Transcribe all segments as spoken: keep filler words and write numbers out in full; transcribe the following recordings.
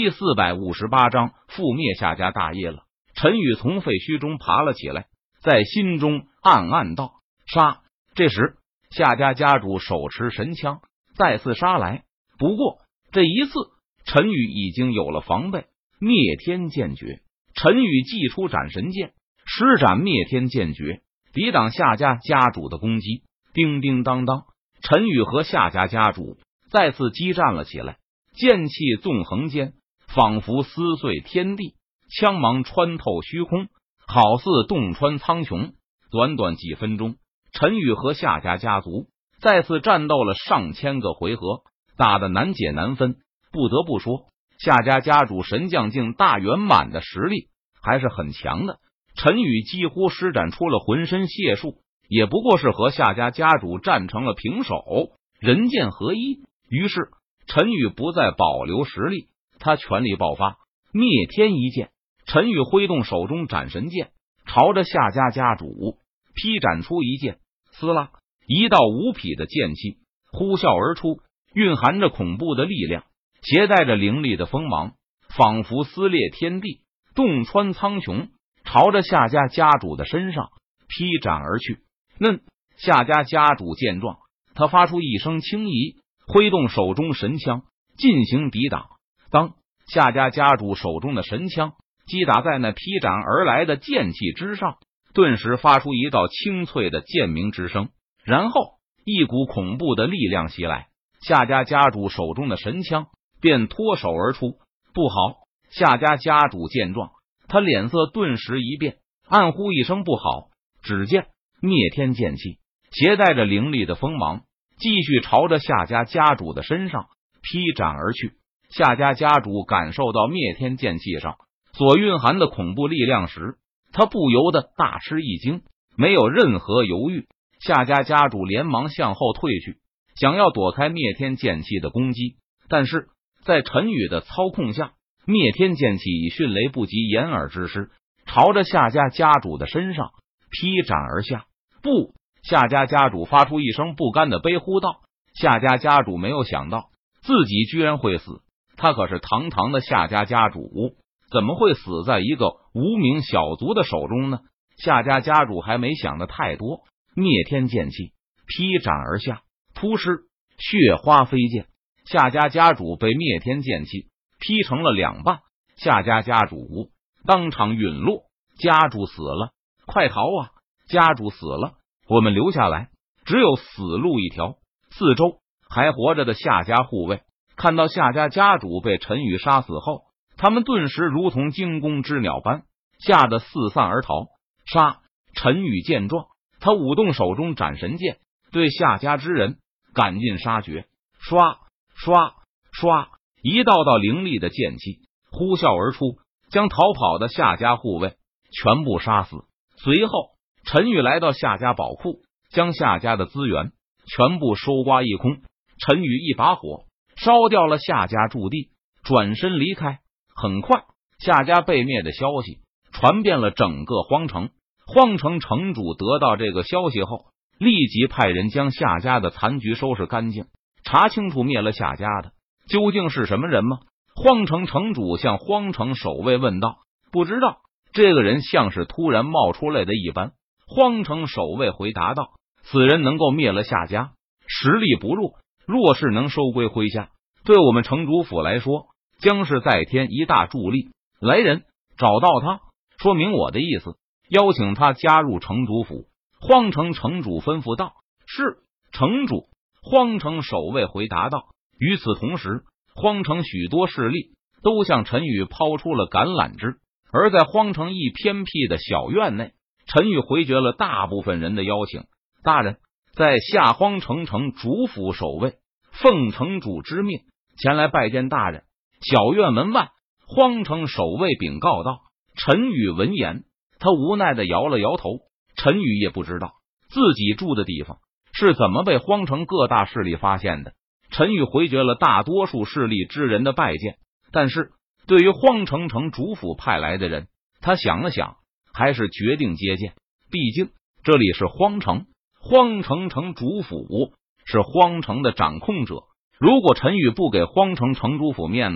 第四百五十八章覆灭夏家大业了。陈宇从废墟中爬了起来，在心中暗暗道：杀！这时夏家家主手持神枪再次杀来，不过这一次陈宇已经有了防备。灭天剑诀，陈宇祭出斩神剑，施展灭天剑诀，抵挡夏家家主的攻击。叮叮当当，陈宇和夏家家主再次激战了起来，剑气纵横间，仿佛撕碎天地，枪芒穿透虚空，好似洞穿苍穹。短短几分钟，陈宇和夏家家族再次战斗了上千个回合，打得难解难分。不得不说，夏家家主神将境大圆满的实力还是很强的。陈宇几乎施展出了浑身解数，也不过是和夏家家主战成了平手，人剑合一。于是陈宇不再保留实力，他全力爆发灭天一剑。陈宇挥动手中斩神剑，朝着夏家家主劈斩出一剑。撕拉，一道无匹的剑气呼啸而出，蕴含着恐怖的力量，携带着凌厉的锋芒，仿佛撕裂天地，洞穿苍穹，朝着夏家家主的身上劈斩而去。嫩夏家家主见状，他发出一声轻疑，挥动手中神枪进行抵挡。当夏家家主手中的神枪击打在那劈斩而来的剑气之上，顿时发出一道清脆的剑鸣之声，然后一股恐怖的力量袭来，夏家家主手中的神枪便脱手而出。不好！夏家家主见状，他脸色顿时一变，暗呼一声不好。只见灭天剑气携带着凌厉的锋芒，继续朝着夏家家主的身上劈斩而去。夏家家主感受到灭天剑气上所蕴含的恐怖力量时，他不由得大吃一惊，没有任何犹豫，夏家家主连忙向后退去，想要躲开灭天剑气的攻击。但是在陈宇的操控下，灭天剑气以迅雷不及掩耳之势朝着夏家家主的身上劈斩而下。不！夏家家主发出一声不甘的悲呼道。夏家家主没有想到自己居然会死，他可是堂堂的夏家家主，怎么会死在一个无名小卒的手中呢？夏家家主还没想的太多，灭天剑气劈斩而下，突施血花飞溅，夏家家主被灭天剑气劈成了两半，夏家家主当场陨落。家主死了，快逃啊！家主死了，我们留下来，只有死路一条。四周还活着的夏家护卫看到夏家家主被陈宇杀死后，他们顿时如同惊弓之鸟般吓得四散而逃。杀！陈宇见状，他舞动手中斩神剑，对夏家之人赶尽杀绝。刷刷刷，一道道凌厉的剑气呼啸而出，将逃跑的夏家护卫全部杀死。随后陈宇来到夏家宝库，将夏家的资源全部收刮一空。陈宇一把火烧掉了夏家驻地，转身离开。很快，夏家被灭的消息传遍了整个荒城。荒城城主得到这个消息后，立即派人将夏家的残局收拾干净，查清楚灭了夏家的究竟是什么人吗？荒城城主向荒城守卫问道。不知道，这个人像是突然冒出来的一般。荒城守卫回答道，此人能够灭了夏家，实力不弱，若是能收归麾下，对我们城主府来说将是再添一大助力。来人，找到他，说明我的意思，邀请他加入城主府。荒城城主吩咐道。是，城主。荒城守卫回答道。与此同时，荒城许多势力都向陈宇抛出了橄榄枝，而在荒城一偏僻的小院内，陈宇回绝了大部分人的邀请。大人，在下荒城城主府守卫奉城主之命前来拜见大人。小院门外，荒城守卫禀告道。陈宇闻言，他无奈的摇了摇头。陈宇也不知道自己住的地方是怎么被荒城各大势力发现的。陈宇回绝了大多数势力之人的拜见，但是对于荒城城主府派来的人，他想了想，还是决定接见。毕竟这里是荒城，荒城城主府是荒城的掌控者，如果陈宇不给荒城城主府面子，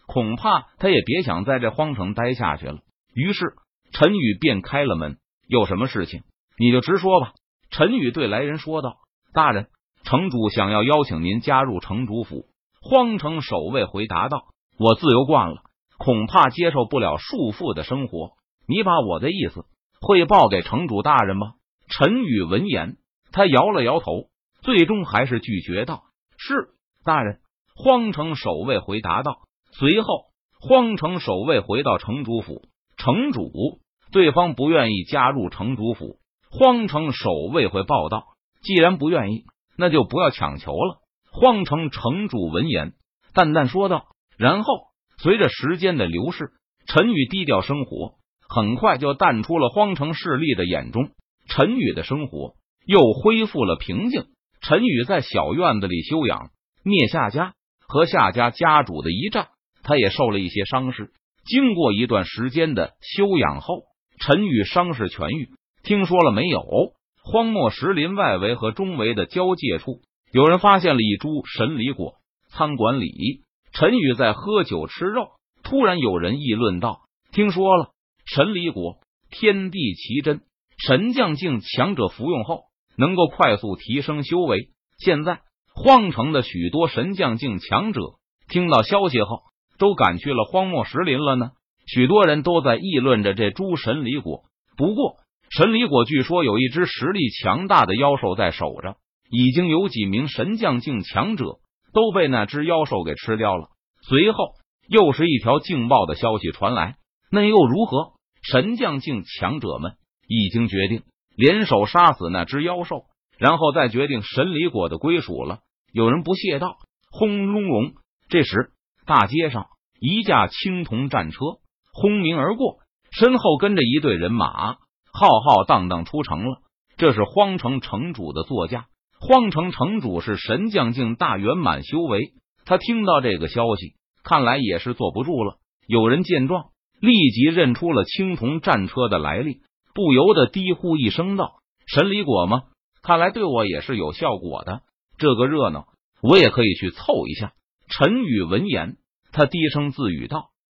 恐怕他也别想在这荒城待下去了。于是陈宇便开了门，有什么事情你就直说吧。陈宇对来人说道：大人，城主想要邀请您加入城主府。荒城守卫回答道：我自由惯了，恐怕接受不了束缚的生活，你把我的意思汇报给城主大人吧。陈宇闻言，他摇了摇头，最终还是拒绝道：是，大人。荒城守卫回答道。随后荒城守卫回到城主府，城主，对方不愿意加入城主府。荒城守卫会报道：既然不愿意，那就不要强求了。荒城城主闻言淡淡说道。然后随着时间的流逝，陈宇低调生活很快就淡出了荒城势力的眼中，陈宇的生活又恢复了平静。陈宇在小院子里休养，灭夏家和夏家家主的一战，他也受了一些伤势。经过一段时间的休养后，陈宇伤势痊愈。听说了没有？荒漠石林外围和中围的交界处，有人发现了一株神梨果。餐馆里，陈宇在喝酒吃肉，突然有人议论道：听说了，神梨果天地奇珍，神将境强者服用后能够快速提升修为。现在荒城的许多神将境强者听到消息后都赶去了荒漠石林了呢。许多人都在议论着这株神梨果。不过神梨果据说有一只实力强大的妖兽在守着，已经有几名神将境强者都被那只妖兽给吃掉了。随后又是一条劲爆的消息传来，那又如何？神将境强者们已经决定联手杀死那只妖兽，然后再决定神梨果的归属了。有人不屑道：轰隆隆！这时大街上一架青铜战车轰鸣而过，身后跟着一队人马，浩浩荡荡出城了。这是荒城城主的座驾。荒城城主是神将境大圆满修为，他听到这个消息，看来也是坐不住了。有人见状立即认出了青铜战车的来历，不由得低呼一声道：神梨果吗？看来对我也是有效果的，这个热闹我也可以去凑一下。陈宇闻言，他低声自语道：